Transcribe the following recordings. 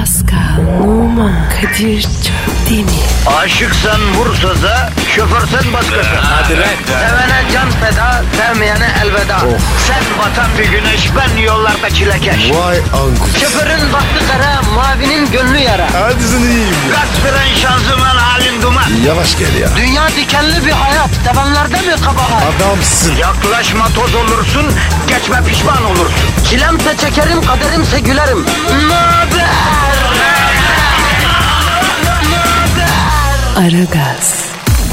Pascal, Oman, Kadir çok değil mi? Aşıksan vursa da, şoförsen başkasın. Hadi lan. Sevene can feda, sevmeyene elveda. Sen batan bir güneş, ben yollarda çilekeş. Vay anku. Şoförün baktı kara, mavinin gönlü yara. Hadi sen iyiyim ya. Kasperen şanzıman halin duman. Yavaş gel ya. Dünya dikenli bir hayat, sevenlerde mi kabahar? Adamsın. Yaklaşma toz olursun, geçme pişman olursun. Çilemse çekerim, kaderimse gülerim. Möber! Aragaz.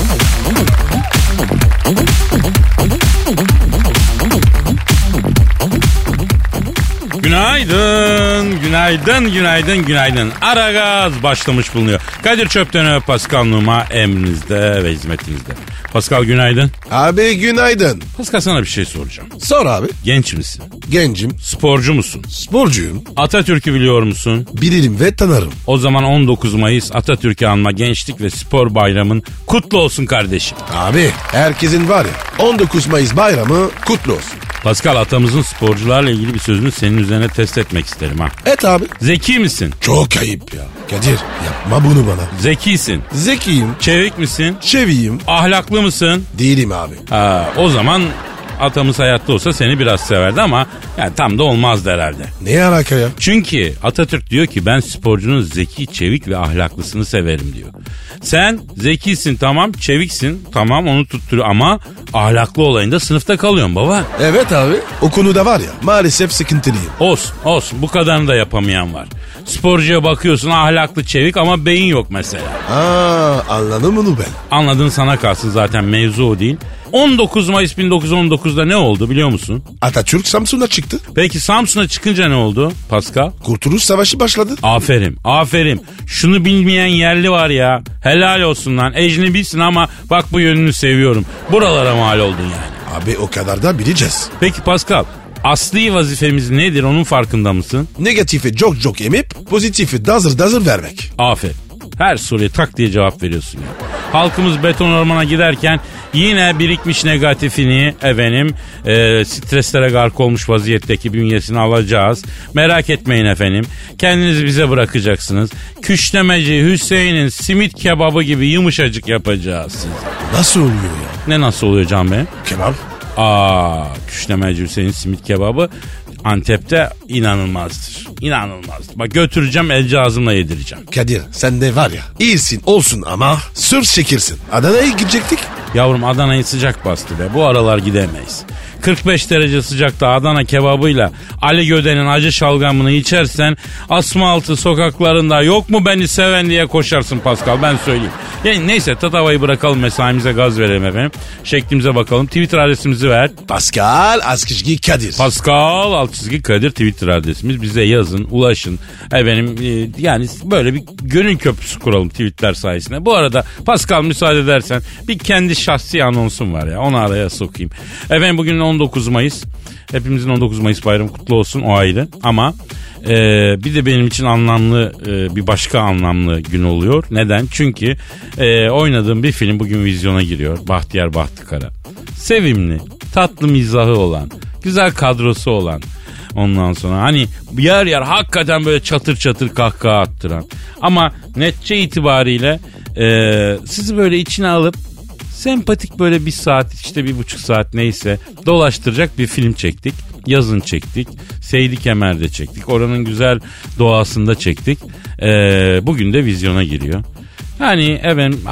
Günaydın, günaydın, günaydın, günaydın. Aragaz başlamış bulunuyor. Kadir Çöpten Pascal Numa emrinizde ve hizmetinizde. Pascal günaydın. Abi günaydın. Pascal sana bir şey soracağım. Sor abi. Genç misin? Gencim. Sporcu musun? Sporcuyum. Atatürk'ü biliyor musun? Bilirim ve tanırım. O zaman 19 Mayıs Atatürk'ü anma Gençlik ve Spor Bayramın kutlu olsun kardeşim. Abi herkesin var ya 19 Mayıs bayramı kutlu olsun. Pascal, atamızın sporcularla ilgili bir sözünü senin üzerine test etmek isterim ha. Et abi. Zeki misin? Çok ayıp ya. Kadir yapma bunu bana. Zekisin. Zekiyim. Çevik misin? Çeviyim. Ahlaklı mısın? Değilim abi. O zaman atamız hayatta olsa seni biraz severdi ama yani tam da olmazdı herhalde. Ne alaka ya? Çünkü Atatürk diyor ki ben sporcunun zeki, çevik ve ahlaklısını severim diyor. Sen zekisin tamam, çeviksin tamam, onu tutturuyor ama ahlaklı olayında sınıfta kalıyorsun baba. Evet abi. O konuda var ya maalesef sıkıntılıyım. Olsun bu kadarını da yapamayan var. Sporcuya bakıyorsun ahlaklı, çevik ama beyin yok mesela. Anladım bunu ben. Anladın, sana kalsın, zaten mevzu o değil. 19 Mayıs 1919'da ne oldu biliyor musun? Atatürk Samsun'a çıktı. Peki Samsun'a çıkınca ne oldu Pascal? Kurtuluş Savaşı başladı. Aferin. Şunu bilmeyen yerli var ya. Helal olsun lan. Ecnebisin ama bak bu yönünü seviyorum. Buralara mal oldun yani. Abi o kadar da bileceğiz. Peki Pascal, asli vazifemiz nedir, onun farkında mısın? Negatifi çok emip pozitifi dazır vermek. Aferin. Her soruya tak diye cevap veriyorsun ya. Halkımız beton ormana giderken yine birikmiş negatifini streslere gark olmuş vaziyetteki bünyesini alacağız. Merak etmeyin efendim. Kendinizi bize bırakacaksınız. Küşlemeci Hüseyin'in simit kebabı gibi yumuşacık yapacağız sizi. Nasıl oluyor ya? Ne nasıl oluyor Can Bey? Kebap. Küşlemeci Hüseyin'in simit kebabı Antep'te inanılmazdır. İnanılmazdır. Bak götüreceğim, elci ağzımla yedireceğim. Kadir sen de var ya iyisin olsun ama sır çekirsin. Adana'ya gidecektik. Yavrum Adana'yı sıcak bastı be. Bu aralar gidemeyiz. 45 derece sıcakta Adana kebabıyla Ali Göde'nin acı şalgamını içersen Asmaltı sokaklarında yok mu beni seven diye koşarsın Pascal, ben söyleyeyim. Yani neyse tatavayı bırakalım, mesaimize gaz verelim efendim. Şeklimize bakalım. Twitter adresimizi ver. Pascal _ Kadir. Pascal _ Kadir Twitter adresimiz. Bize yazın, ulaşın. Yani böyle bir gönül köprüsü kuralım tweetler sayesinde. Bu arada Pascal müsaade edersen bir kendi şahsi anonsum var ya, onu araya sokayım. Efendim bugün 19 Mayıs. Hepimizin 19 Mayıs bayramı kutlu olsun, o ayrı. Ama bir de benim için anlamlı bir başka anlamlı gün oluyor. Neden? Çünkü oynadığım bir film bugün vizyona giriyor. Bahtiyar Bahtıkara. Sevimli, tatlı mizahı olan, güzel kadrosu olan. Ondan sonra hani yer yer hakikaten böyle çatır çatır kahkaha attıran. Ama netçe itibariyle sizi böyle içine alıp sempatik böyle bir saat, işte 1,5 saat neyse dolaştıracak bir film çektik. Yazın çektik. Seydi Kemer'de çektik. Oranın güzel doğasında çektik. Bugün de vizyona giriyor. Hani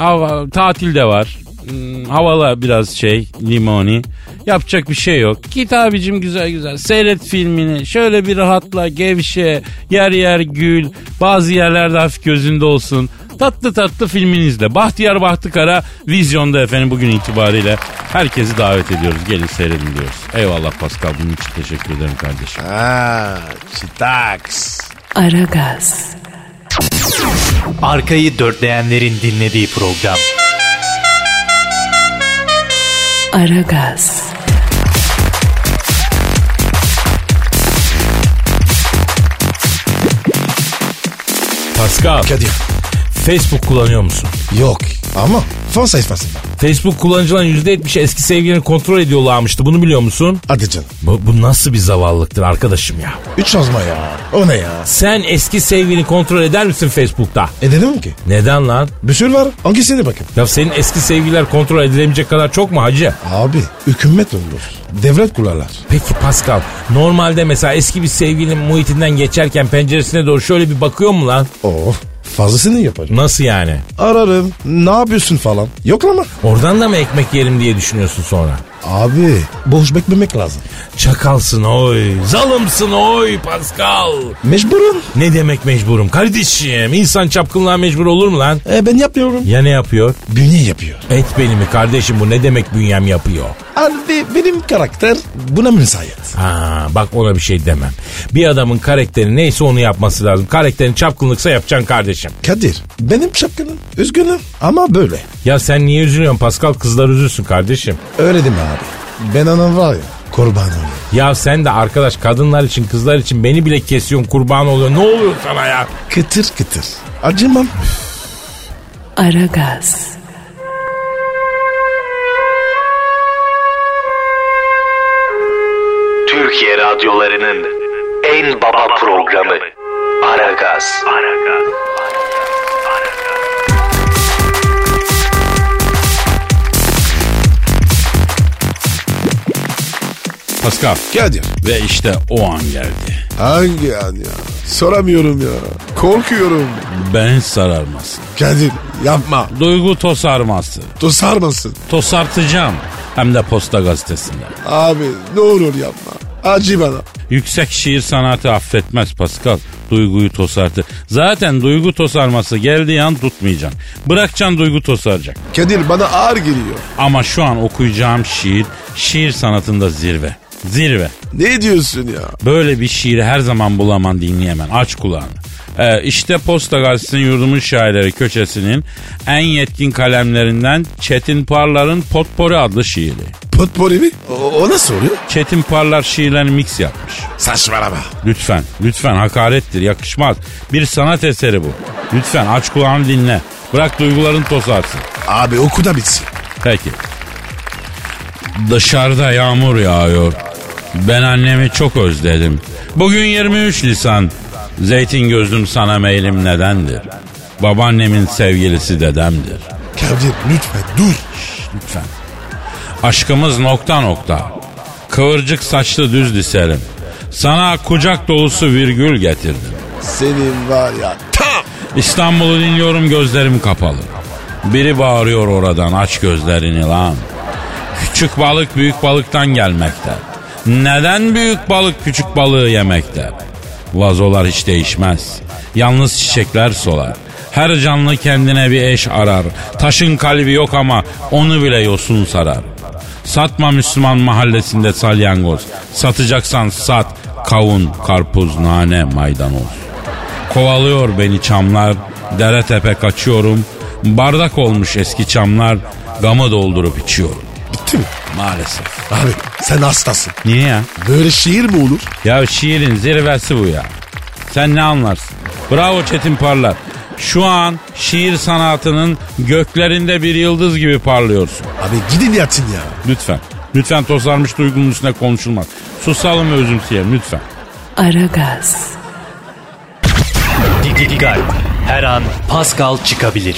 tatil de var. Havalar biraz limoni. Yapacak bir şey yok. Git abicim güzel seyret filmini. Şöyle bir rahatla, gevşe, yer yer gül. Bazı yerlerde hafif gözünde olsun. Tatlı filminizle. Bahtiyar Bahtıkara vizyonda efendim bugün itibariyle. Herkesi davet ediyoruz. Gelin seyredin diyoruz. Eyvallah Pascal, bunun için teşekkür ederim kardeşim. Çitaks. Aragaz. Arkayı dörtleyenlerin dinlediği program. Aragaz. Pascal, Kadir. Facebook kullanıyor musun? Yok ama fon sayfasında. Facebook kullanıcıların %70 eski sevgilini kontrol ediyorlarmıştı. Bunu biliyor musun? Hadi canım. Bu nasıl bir zavallılıktır arkadaşım ya? 3 yazma ya. O ne ya? Sen eski sevgilini kontrol eder misin Facebook'ta? Edelim ki. Neden lan? Bir sürü var. Hangisine bakın? Ya senin eski sevgililer kontrol edilemeyecek kadar çok mu hacı? Abi hükümet olur. Devlet kurarlar. Peki Pascal, normalde mesela eski bir sevgilinin muhitinden geçerken penceresine doğru şöyle bir bakıyor mu lan? Oh, fazlasını yapacağım. Nasıl yani? Ararım. Ne yapıyorsun falan. Yok ama. Oradan da mı ekmek yerim diye düşünüyorsun sonra? Abi boş beklemek lazım. Çakalsın oy, zalımsın oy Pascal. Mecburun. Ne demek mecburum kardeşim? İnsan çapkınlığa mecbur olur mu lan? Ben yapıyorum. Ya ne yapıyor? Bünye yapıyor. Et beni mi kardeşim, bu ne demek bünyem yapıyor? Abi benim karakter buna müsait. Ha, bak ona bir şey demem. Bir adamın karakteri neyse onu yapması lazım. Karakterin çapkınlıksa yapacaksın kardeşim. Kadir benim çapkınım. Üzgünüm ama böyle. Ya sen niye üzülüyorsun Pascal? Kızlar üzülsün kardeşim. Öyle deme abi. Ben anam var ya kurban oluyor. Ya sen de arkadaş kadınlar için kızlar için beni bile kesiyorsun, kurban oluyor. Ne oluyor sana ya? Kıtır kıtır. Acımam. Aragaz. Türkiye radyolarının en baba programı Aragaz. Pascal. Kadir. Ve işte o an geldi. Hangi an ya? Soramıyorum ya. Korkuyorum. Beni sararmasın. Kadir yapma. Duygu tosarması. Tosarmasın. Tosartacağım. Hem de Posta Gazetesi'nde. Abi ne olur yapma. Acı bana. Yüksek şiir sanatı affetmez Pascal. Duyguyu tosartır. Zaten duygu tosarması geldiği an tutmayacaksın. Bırakacaksın, duygu tosaracak. Kadir bana ağır geliyor. Ama şu an okuyacağım şiir sanatında zirve. Zirve. Ne diyorsun ya? Böyle bir şiiri her zaman bulamam, dinleyemem. Aç kulağını. İşte Posta Gazetesi'nin Yurdumun Şairleri köşesinin en yetkin kalemlerinden Çetin Parlar'ın Potpori adlı şiiri. Potpori mi? O nasıl oluyor? Çetin Parlar şiirlerini mix yapmış. Saçmalama. Lütfen hakarettir, yakışmaz. Bir sanat eseri bu. Lütfen aç kulağını dinle. Bırak duyguların tosarsın. Abi oku da bitsin. Peki. Dışarıda yağmur yağıyor. Ben annemi çok özledim. Bugün 23 Nisan. Zeytin gözlüm sana meylim nedendir? Babaannemin sevgilisi dedemdir. Kadir lütfen dur. Lütfen. Aşkımız nokta nokta. Kıvırcık saçlı düz liserim. Sana kucak dolusu virgül getirdim. Senin var ya tam. İstanbul'u dinliyorum gözlerim kapalı. Biri bağırıyor oradan, aç gözlerini lan. Küçük balık büyük balıktan gelmekte. Neden büyük balık küçük balığı yemekte? Vazolar hiç değişmez. Yalnız çiçekler solar. Her canlı kendine bir eş arar. Taşın kalbi yok ama onu bile yosun sarar. Satma Müslüman mahallesinde salyangoz. Satacaksan sat kavun, karpuz, nane, maydanoz. Kovalıyor beni çamlar. Dere tepe kaçıyorum. Bardak olmuş eski çamlar. Gamı doldurup içiyorum. Bitti mi? Maalesef. Abi sen hastasın. Niye ya? Böyle şiir mi olur? Ya şiirin zirvesi bu ya. Sen ne anlarsın? Bravo Çetin Parlar. Şu an şiir sanatının göklerinde bir yıldız gibi parlıyorsun. Abi gidin yatın ya. Lütfen. Lütfen tosarmış duygunun üstüne konuşulmaz. Susalım ve özümseyelim lütfen. Aragaz. Dikkat. Her an Pascal çıkabilir.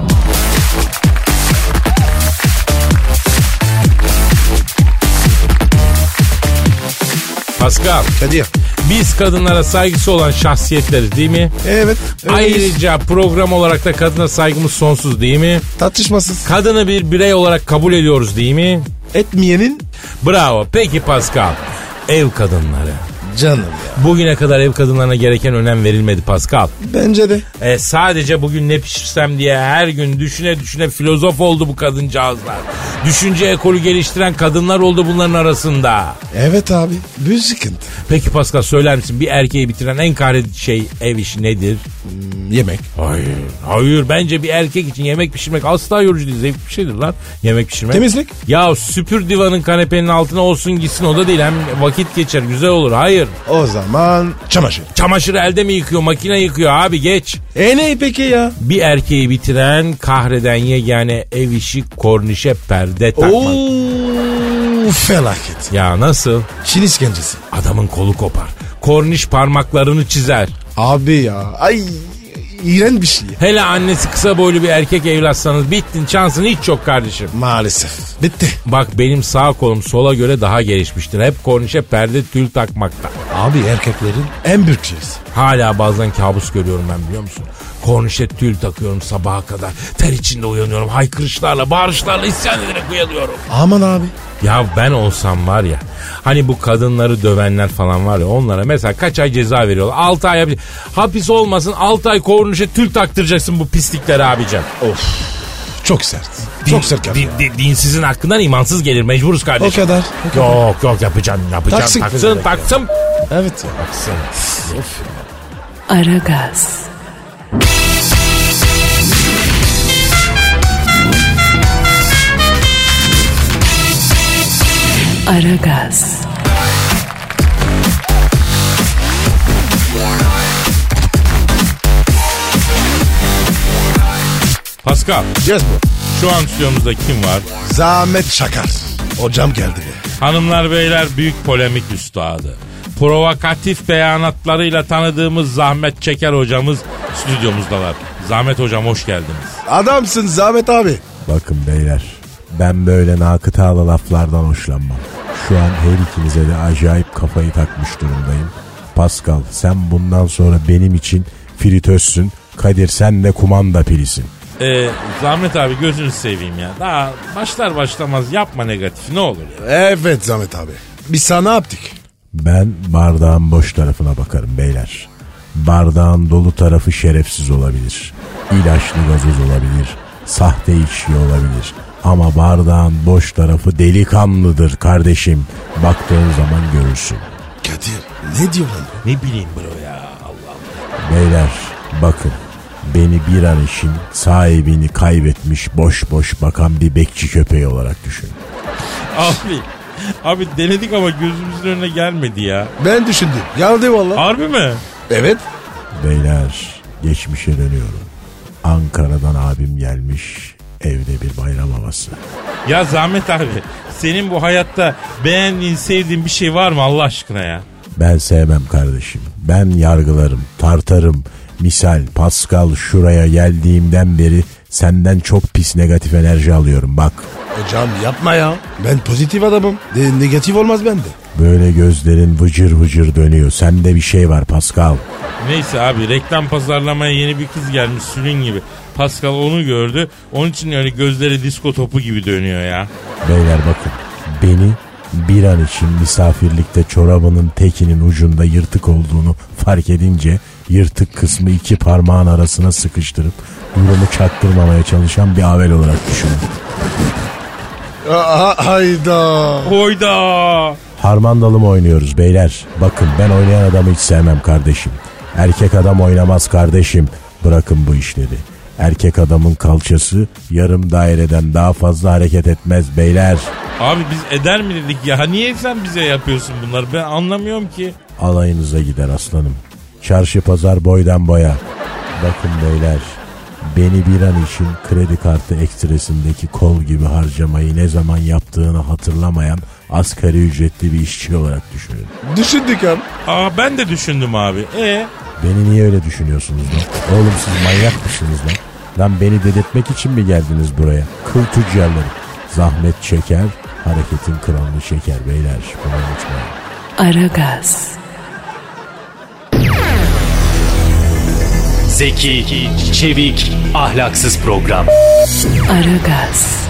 Pascal, Kadir. biz kadınlara saygısı olan şahsiyetleriz değil mi? Evet. Ayrıca program olarak da kadına saygımız sonsuz değil mi? Tartışmasız. Kadını bir birey olarak kabul ediyoruz değil mi? Etmeyenin Bravo. Peki Pascal, ev kadınları. canım ya. Bugüne kadar ev kadınlarına gereken önem verilmedi Pascal. Bence de. Sadece bugün ne pişirsem diye her gün düşüne filozof oldu bu kadıncağızlar. Düşünce ekolü geliştiren kadınlar oldu bunların arasında. Evet abi. Büyük sıkıntı. Peki Pascal, söyler misin bir erkeği bitiren en kahretli şey ev işi nedir? Yemek. Hayır, bence bir erkek için yemek pişirmek asla yorucu değil, zevkli bir şeydir lan yemek pişirmek. Temizlik. Ya süpür divanın kanepenin altına olsun gitsin, o da değil, hem vakit geçer güzel olur. Hayır, Hayır. O zaman çamaşır. Çamaşırı elde mi yıkıyor, makine yıkıyor abi, geç. Ne peki ya? Bir erkeği bitiren, kahreden yegane ev işi kornişe perde takmak. Oo, felaket. Ya nasıl? Çin iskencesi. Adamın kolu kopar. Korniş parmaklarını çizer. Abi ya. Ay iğrenç bir şey. Hele annesi kısa boylu bir erkek evlatsanız bittin, şansın hiç yok kardeşim. Maalesef. Bitti. Bak benim sağ kolum sola göre daha gelişmiştir. Hep kornişe perde tül takmakta. Abi erkeklerin en büyük şeysi. Hala bazen kabus görüyorum ben, biliyor musun? Kornişe tül takıyorum sabaha kadar. Ter içinde uyanıyorum. Haykırışlarla, bağırışlarla isyan ederek uyanıyorum. Aman abi. Ya ben olsam var ya, hani bu kadınları dövenler falan var ya, onlara mesela kaç ay ceza veriyorlar? 6 ay hapis olmasın, 6 ay kornişe tül taktıracaksın bu pisliklere abicim. Of. Çok sert. Çok sert yapıyor. Dinsizin hakkından imansız gelir, mecburuz kardeşim. O kadar. Yok yapacağım. Taksın. Taksın. Evet ya. Taksın. Aragaz. Aragaz. Pascal, Yes bu. şu an stüdyomuzda kim var? Zahmet Çakar. Hocam geldi be. Hanımlar beyler, büyük polemik üstadı. Provokatif beyanatlarıyla tanıdığımız Zahmet Çeker hocamız stüdyomuzdalar. Zahmet hocam, hoş geldiniz. Adamsın Zahmet abi. Bakın beyler, ben böyle nakıtalı laflardan hoşlanmam. Şu an her ikinize de acayip kafayı takmış durumdayım. Pascal, sen bundan sonra benim için fritözsün. Kadir, sen de kumanda pilisin. Zahmet abi, gözünü seveyim ya. Daha başlar başlamaz yapma negatif, ne olur ya. Evet Zahmet abi. Biz sana yaptık. Ben bardağın boş tarafına bakarım beyler. Bardağın dolu tarafı şerefsiz olabilir. İlaçlı gazoz olabilir. Sahte içki olabilir. Ama bardağın boş tarafı delikanlıdır kardeşim. Baktığın zaman görürsün. Kadir ne diyor lan? Ne bileyim bro ya, Allah Allah. Beyler bakın, beni bir an için sahibini kaybetmiş boş boş bakan bir bekçi köpeği olarak düşün. Abi denedik ama gözümüzün önüne gelmedi ya. Ben düşündüm. Geldi valla. Harbi mi? Evet. Beyler, geçmişe dönüyorum. Ankara'dan abim gelmiş, evde bir bayram havası. Ya Zahmet abi, senin bu hayatta beğendiğin, sevdiğin bir şey var mı Allah aşkına ya? Ben sevmem kardeşim. Ben yargılarım, tartarım. Misal Pascal, şuraya geldiğimden beri senden çok pis negatif enerji alıyorum bak. Hocam yapma ya. Ben pozitif adamım. Negatif olmaz bende. Böyle gözlerin vıcır vıcır dönüyor. Sende bir şey var Pascal. Neyse abi, reklam pazarlamaya yeni bir kız gelmiş sülün gibi. Pascal onu gördü. Onun için öyle gözleri disko topu gibi dönüyor ya. Beyler bakın, beni bir an için misafirlikte çorabının tekinin ucunda yırtık olduğunu fark edince yırtık kısmı iki parmağın arasına sıkıştırıp durumu çaktırmamaya çalışan bir avel olarak düşünün. Hayda. Hoyda. Harmandalı mı oynuyoruz beyler? Bakın, ben oynayan adamı hiç sevmem kardeşim. Erkek adam oynamaz kardeşim. Bırakın bu işleri. Erkek adamın kalçası yarım daireden daha fazla hareket etmez beyler. Abi biz eder mi dedik ya? Niye sen bize yapıyorsun bunları? Ben anlamıyorum ki. Alayınıza gider aslanım. Çarşı pazar boydan boya. Bakın beyler, beni bir an için kredi kartı ekstresindeki kol gibi harcamayı ne zaman yaptığını hatırlamayan asgari ücretli bir işçi olarak düşünün. Düşündük abi. Ben de düşündüm abi. Beni niye öyle düşünüyorsunuz lan? Oğlum siz manyak mısınız lan? Lan beni delirtmek için mi geldiniz buraya? Kıl tüccarları. Zahmet Çeker, hareketin kralını çeker beyler. Bunu unutmayın. Aragaz. Zeki, çevik, ahlaksız program. Aragaz.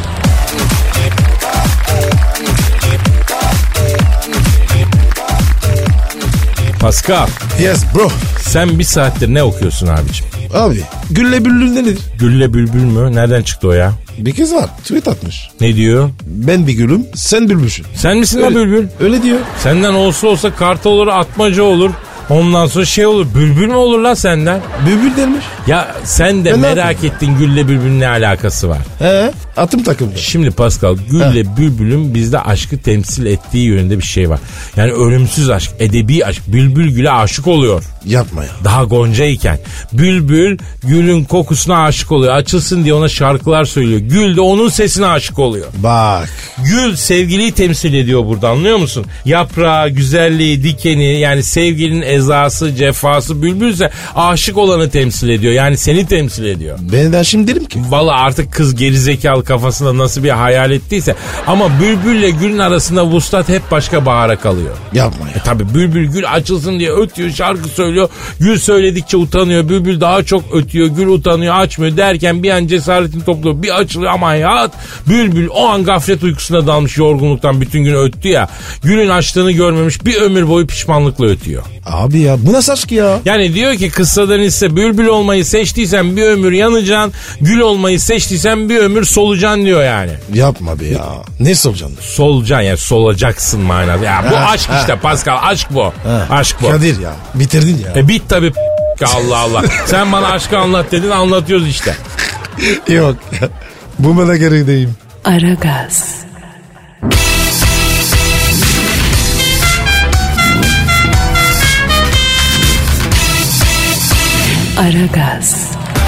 Pascal, Yes bro. sen bir saattir ne okuyorsun abicim? Abi Gülle Bülbül nedir? Gülle bülbül mü? Nereden çıktı o ya? Bir kız var. Tweet atmış. Ne diyor? Ben bir gülüm, sen bülbülsün. Sen misin la bülbül? Öyle diyor. Senden olsa kartal olur, atmaca olur. Ondan sonra şey olur. Bülbül mü olur la senden? Bülbül dermiş. Ya sen de Ben ne merak ettin Gül'le Bülbül'ün ne alakası var? Atım takımda. Şimdi Pascal, Gül'le Bülbül'ün bizde aşkı temsil ettiği yönünde bir şey var. Yani ölümsüz aşk, edebi aşk. Bülbül Gül'e aşık oluyor. Yapma ya. Daha gonca iken. Bülbül Gül'ün kokusuna aşık oluyor. Açılsın diye ona şarkılar söylüyor. Gül de onun sesine aşık oluyor. Bak. Gül sevgiliyi temsil ediyor burada, anlıyor musun? Yaprağı, güzelliği, dikeni, yani sevgilinin ezası, cefası. Bülbülse aşık olanı temsil ediyor. Yani seni temsil ediyor. Ben şimdi derim ki. Valla artık kız gerizekalı kafasında nasıl bir hayal ettiyse. Ama Bülbül'le Gül'ün arasında vuslat hep başka bahara kalıyor. Yapma ya. Tabii Bülbül Gül açılsın diye ötüyor, şarkı söylüyor. Gül söyledikçe utanıyor. Bülbül daha çok ötüyor. Gül utanıyor, açmıyor derken bir an cesaretini topluyor. Bir açılıyor ama hayat. Bülbül o an gaflet uykusuna dalmış, yorgunluktan bütün gün öttü ya. Gül'ün açtığını görmemiş, bir ömür boyu pişmanlıkla ötüyor. Abi ya bu nasıl aşk ya? Yani diyor ki kıssadan ise Bülbül olmayı seçtiysen bir ömür yanacaksın. Gül olmayı seçtiysen bir ömür solacaksın diyor yani. Yapma be ya. Ne solacaksın? Solacaksın yani, solacaksın manası. Ya bu aşk işte Pascal, aşk bu. Aşk bu. Kadir ya bitirdin ya. Bit tabii Allah Allah. Sen bana aşkı anlat dedin, anlatıyoruz işte. Yok. Bu bana gereğdeyim. Aragaz. Aragaz.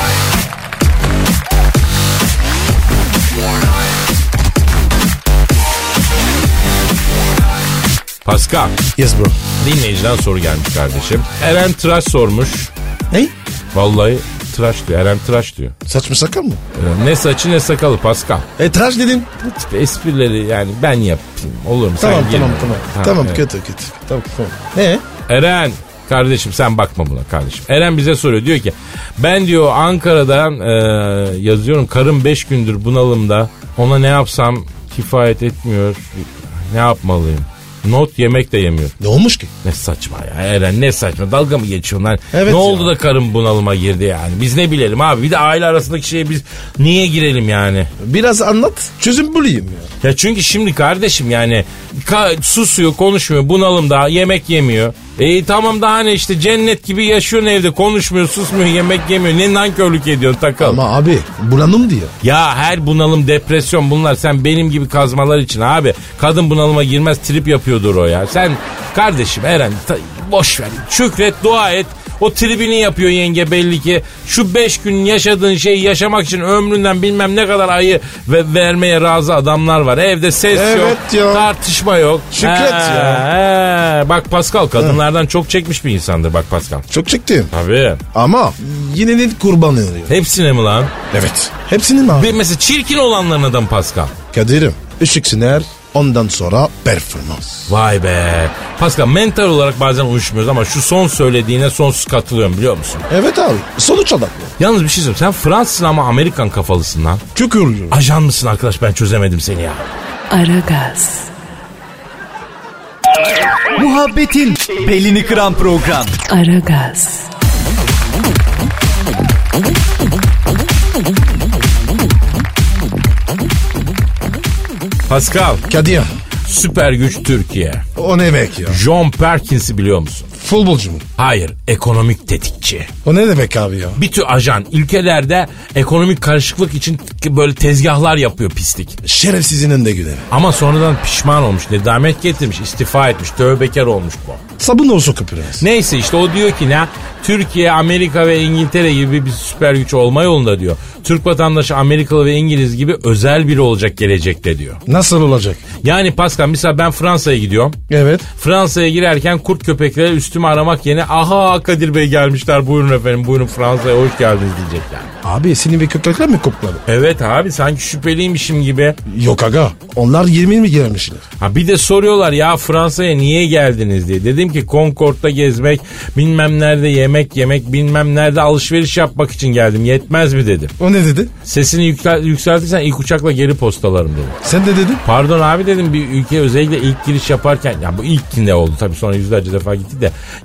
Pascal, Yes bro. dinleyiciden soru gelmiş kardeşim. Eren Tıraş sormuş. Hey? Vallahi tıraş diyor. Eren Tıraş diyor. Saç mı sakal mı? Ne saçı ne sakalı Pascal. Tıraş dedim. Bu tip esprileri yani ben yapayım. Olur mu? Tamam Sen girme. Tamam evet. kötü. Tamam. Ne? Eren kardeşim sen bakma buna kardeşim. Eren bize soruyor, diyor ki ben diyor Ankara'dan yazıyorum, karım 5 gündür bunalımda, ona ne yapsam kifayet etmiyor, ne yapmalıyım? Not, yemek de yemiyor. Ne olmuş ki? Ne saçma ya Eren, ne saçma, dalga mı geçiyorsun lan? Evet ne ya. oldu da karım bunalıma girdi yani, biz ne bilelim abi, bir de aile arasındaki şeye biz niye girelim yani? Biraz anlat. Çözüm bulayım ya. Ya çünkü şimdi kardeşim yani susuyor, konuşmuyor, bunalımda, yemek yemiyor. Tamam daha ne işte, cennet gibi yaşıyorsun evde, konuşmuyor, susmuyor, yemek yemiyor. Ne nankörlük ediyorsun, takıl. Ama abi bulanım diyor. Ya her bunalım, depresyon bunlar sen benim gibi kazmalar için abi. Kadın bunalıma girmez, trip yapıyordur o ya. Sen kardeşim Eren boş ver, şükret, dua et. O tribini yapıyor yenge belli ki. Şu 5 gün yaşadığın şeyi yaşamak için ömründen bilmem ne kadar ayı vermeye razı adamlar var. Evde ses yok, ya. tartışma yok. Şükret ya. Bak Pascal, kadınlardan çok çekmiş bir insandır bak Pascal. Çok çektim. Tabii. Ama yine de kurban oluyor. Hepsine mi lan? Evet. Hepsinin mi abi? Mesela çirkin olanlarına da mı Pascal? Kadir'im. Işık Siner. Ondan sonra performans. Vay be. Pascal, mental olarak bazen uyuşmuyoruz ama şu son söylediğine sonsuz katılıyorum, biliyor musun? Evet abi. Sonuç odaklı. Yalnız bir şey söyleyeyim. Sen Fransızsın ama Amerikan kafalısın lan. Çok yorucu. Ajan mısın arkadaş, ben çözemedim seni ya. Aragaz. Muhabbetin belini kıran program. Aragaz. Pascal, Kadir. süper güç Türkiye. O ne demek ya? John Perkins'i biliyor musun? Futbolcu mu? Hayır, ekonomik tetikçi. O ne demek abi ya? Bir tür ajan, ülkelerde ekonomik karışıklık için böyle tezgahlar yapıyor, pislik. Şerefsizinin de görevi. Ama sonradan pişman olmuş, nedamet getirmiş, istifa etmiş, tövbekar olmuş bu. Sabun olsa köpürmez. Neyse işte o diyor ki ne? Türkiye, Amerika ve İngiltere gibi bir süper güç olma yolunda diyor. Türk vatandaşı Amerikalı ve İngiliz gibi özel biri olacak gelecekte diyor. Nasıl olacak? Yani Pascal, mesela ben Fransa'ya gidiyorum. Evet. Fransa'ya girerken kurt köpekleri üstüme aramak yerine aha Kadir Bey gelmişler, buyurun efendim, buyurun Fransa'ya hoş geldiniz diyecekler. Abi senin bir köpekler mi kokladı? Evet abi, sanki şüpheliymişim gibi. Yok aga. Onlar 20 mi girmişler? Ha bir de soruyorlar ya Fransa'ya niye geldiniz diye. Dedim ki Concorde'da gezmek, bilmem nerede yemek yemek, bilmem nerede alışveriş yapmak için geldim. Yetmez mi dedim. O ne dedi? Sesini yükseltirsen ilk uçakla geri postalarım dedim. Sen de dedin. Pardon abi dedim, bir ülkeye özellikle ilk giriş yaparken, ya bu ilk ne oldu tabii, sonra yüzlerce defa gitti de, yani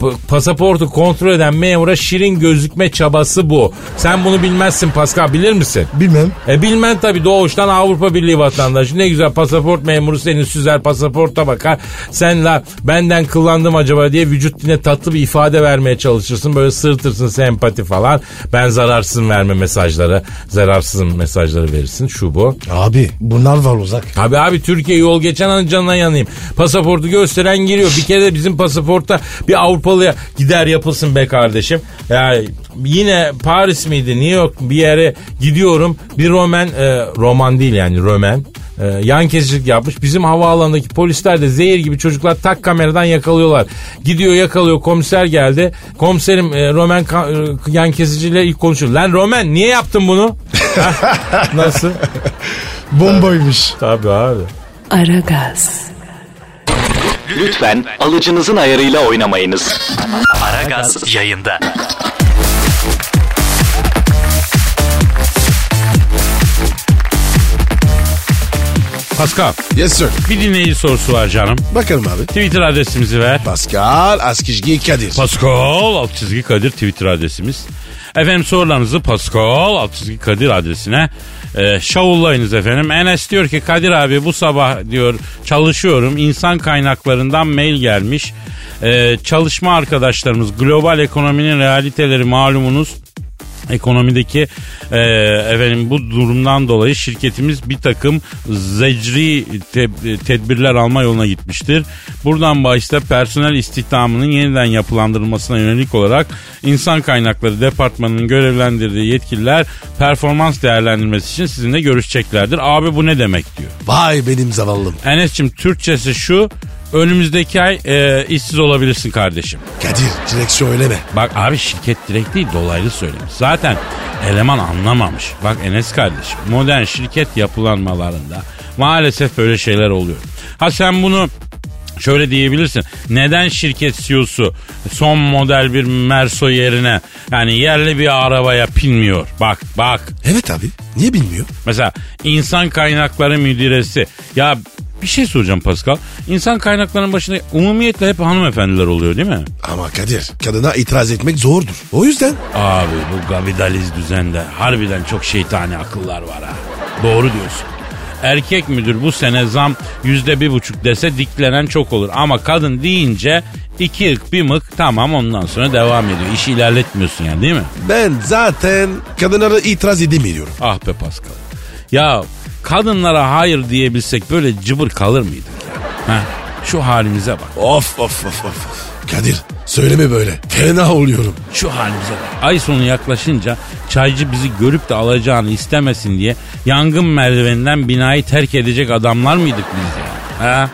pasaportu kontrol eden memura şirin gözükme çabası bu. Sen bunu bilmezsin Pascal, bilir misin? Bilmem. Bilmen tabii, doğuştan Avrupa Birliği vatandaşı. Ne güzel, pasaport memuru seni süzer, pasaporta bakar. Sen la benden kıllandım acaba diye vücut diline tatlı bir ifade vermeye çalışırsın. Böyle sırtırsın, sempati falan. Ben zararsız verme mesajları, zararsız mesajları verirsin, şu bu. Abi bunlar var uzak. Abi Türkiye yol geçen an canına yanayım. Pasaportu gösteren giriyor. Bir kere de bizim pasaportta bir Avrupalıya gider yapılsın be kardeşim. Ya yine Paris miydi, New York, bir yere gidiyorum. Bir Roman değil yani Römen. Yan kesicilik yapmış. Bizim havaalanındaki polisler de zehir gibi çocuklar tak kameradan yakalıyorlar. Gidiyor yakalıyor, komiser geldi. Komiserim Roman yan kesiciyle ilk konuşuyor. Lan Roman niye yaptın bunu? Nasıl? Bombaymış. Tabii abi. Aragaz. Lütfen alıcınızın ayarıyla oynamayınız. Aragaz yayında. Pascal, Yes sir. bir dinleyici sorusu var canım. Bakalım abi. Twitter adresimizi ver. Pascal Askizgi Kadir. Pascal _ Kadir Twitter adresimiz. Efendim sorularınızı Pascal _ Kadir adresine şavullayınız efendim. Enes diyor ki Kadir abi bu sabah diyor çalışıyorum. İnsan kaynaklarından mail gelmiş. Çalışma arkadaşlarımız global ekonominin realiteleri malumunuz. Ekonomideki efendim bu durumdan dolayı şirketimiz bir takım zecri tedbirler alma yoluna gitmiştir. Buradan başta personel istihdamının yeniden yapılandırılmasına yönelik olarak insan kaynakları departmanının görevlendirdiği yetkililer performans değerlendirmesi için sizinle görüşeceklerdir. Abi bu ne demek diyor. Vay benim zavallım. Enes'cim Türkçesi şu: önümüzdeki ay işsiz olabilirsin kardeşim. Kadir direkt söyleme. Bak abi şirket direkt değil dolaylı söylemiş. Zaten eleman anlamamış. Bak Enes kardeşim modern şirket yapılanmalarında maalesef böyle şeyler oluyor. Ha sen bunu şöyle diyebilirsin. Neden şirket CEO'su son model bir Merso yerine yani yerli bir arabaya binmiyor? Bak. Evet abi. Niye bilmiyor? Mesela insan kaynakları müdüresi. Ya bir şey soracağım Pascal. İnsan kaynaklarının başında umumiyetle hep hanımefendiler oluyor değil mi? Ama Kadir kadına itiraz etmek zordur. O yüzden. Abi bu kapitalist düzende harbiden çok şeytani akıllar var ha. Doğru diyorsun. Erkek müdür bu sene zam %1,5 dese diklenen çok olur. Ama kadın deyince 2 ık bir mık tamam ondan sonra devam ediyor. İşi ilerletmiyorsun yani değil mi? Ben zaten kadınlara itiraz edemiyorum. Ah be Pascal. Ya kadınlara hayır diyebilsek böyle cıbır kalır mıydık ya? Şu halimize bak. Of. Kadir söyleme böyle. Fena oluyorum. Şu halimize bak. Ay sonu yaklaşınca çaycı bizi görüp de alacağını istemesin diye yangın merdiveninden binayı terk edecek adamlar mıydık biz ya?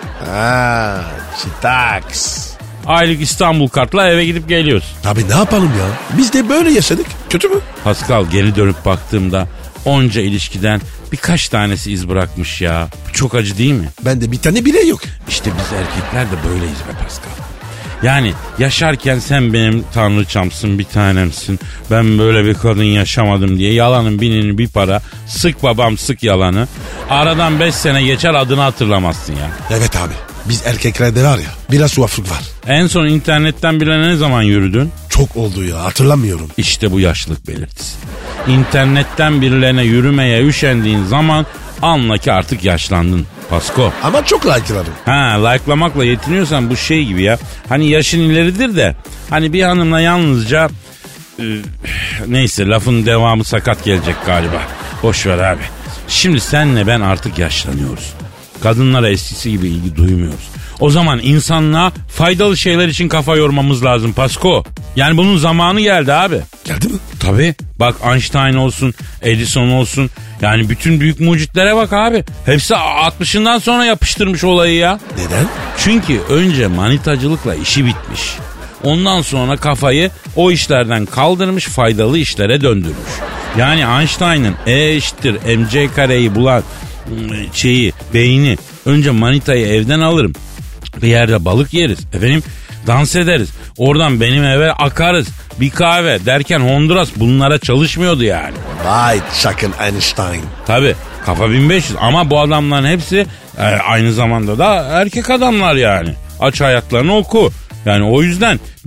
Çitaks. Aylık İstanbul kartla eve gidip geliyoruz. Abi ne yapalım ya? Biz de böyle yaşadık. Kötü mü? Pascal geri dönüp baktığımda onca ilişkiden birkaç tanesi iz bırakmış ya. Çok acı değil mi? Bende bir tane bile yok. İşte biz erkekler de böyleyiz be Pascal. Yani yaşarken sen benim tanrıçamsın, bir tanemsin. Ben böyle bir kadın yaşamadım diye yalanın binini bir para. Sık babam sık yalanı. Aradan 5 sene geçer adını hatırlamazsın ya. Evet abi. Biz erkeklerde var ya biraz tuhaflık var. En son internetten bile ne zaman yürüdün? Çok oldu ya hatırlamıyorum. İşte bu yaşlılık belirtisi. İnternetten birilerine yürümeye üşendiğin zaman anla ki artık yaşlandın Pasko. Ama çok like'ladım. Like'lamakla yetiniyorsan bu şey gibi ya. Hani yaşın ileridir de hani bir hanımla yalnızca neyse lafın devamı sakat gelecek galiba. Boş ver abi. Şimdi senle ben artık yaşlanıyoruz. Kadınlara eskisi gibi ilgi duymuyoruz. O zaman insanlığa faydalı şeyler için kafa yormamız lazım Pasko. Yani bunun zamanı geldi abi. Geldi mi? Tabii. Bak Einstein olsun, Edison olsun. Yani bütün büyük mucitlere bak abi. Hepsi 60'ından sonra yapıştırmış olayı ya. Neden? Çünkü önce manitacılıkla işi bitmiş. Ondan sonra kafayı o işlerden kaldırmış, faydalı işlere döndürmüş. Yani Einstein'ın E=mc² bulan beyni önce manitayı evden alırım. Bir yerde balık yeriz. Efendim dans ederiz. Oradan benim eve akarız. Bir kahve derken Honduras bunlara çalışmıyordu yani. Vay çakın Einstein. Tabii kafa 1500 ama bu adamların hepsi aynı zamanda da erkek adamlar yani. Aç hayatlarını oku. Yani o yüzden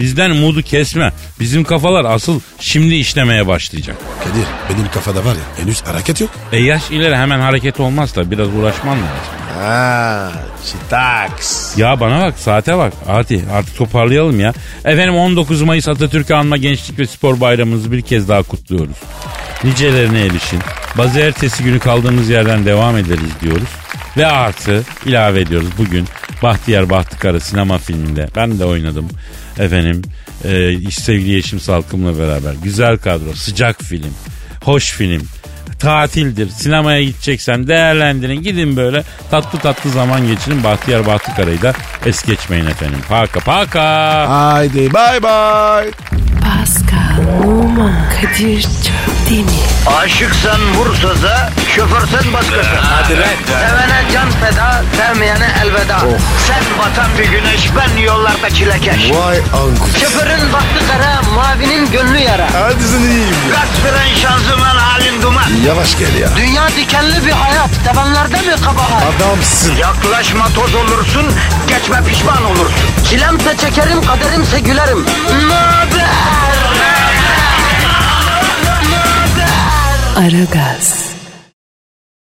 Bizden umudu kesme. Bizim kafalar asıl şimdi işlemeye başlayacak. Kadir benim kafada var ya henüz hareket yok. Yaş ileri hemen hareket olmaz da biraz uğraşman lazım. Haa çitaks. Ya bana bak, saate bak. Hadi artık toparlayalım ya. Efendim 19 Mayıs Atatürk'ü anma Gençlik ve Spor Bayramımızı bir kez daha kutluyoruz. Nicelerine erişin. Bazı ertesi günü kaldığımız yerden devam ederiz diyoruz. Ve artı ilave ediyoruz bugün Bahtiyar Bahtıkara sinema filminde. Ben de oynadım efendim. Sevgili Yeşim Salkım'la beraber. Güzel kadro, sıcak film, hoş film. Tatildir. Sinemaya gideceksen değerlendirin. Gidin böyle tatlı tatlı zaman geçirin. Bahtiyar Bahtıkara'yı da es geçmeyin efendim. Paka paka. Haydi bay bay. Pascal, Oman, Kadir çok değil mi? Aşıksan vursa da, şoförsen başkasın. Hadi lan. Sevene can feda, sevmeyene elveda. Sen batan bir güneş, ben yollarda çilekeş. Vay anku. Şoförün baktı kara, mavinin gönlü yara. Hadi sen iyiyim ya. Kasperen şanzıman halin duman. Yavaş gel ya. Dünya dikenli bir hayat, sevenlerde mi kabahar? Adamsın. Yaklaşma toz olursun, geçme pişman olursun. Çilemse çekerim, kaderimse gülerim. Möber! Aragaz.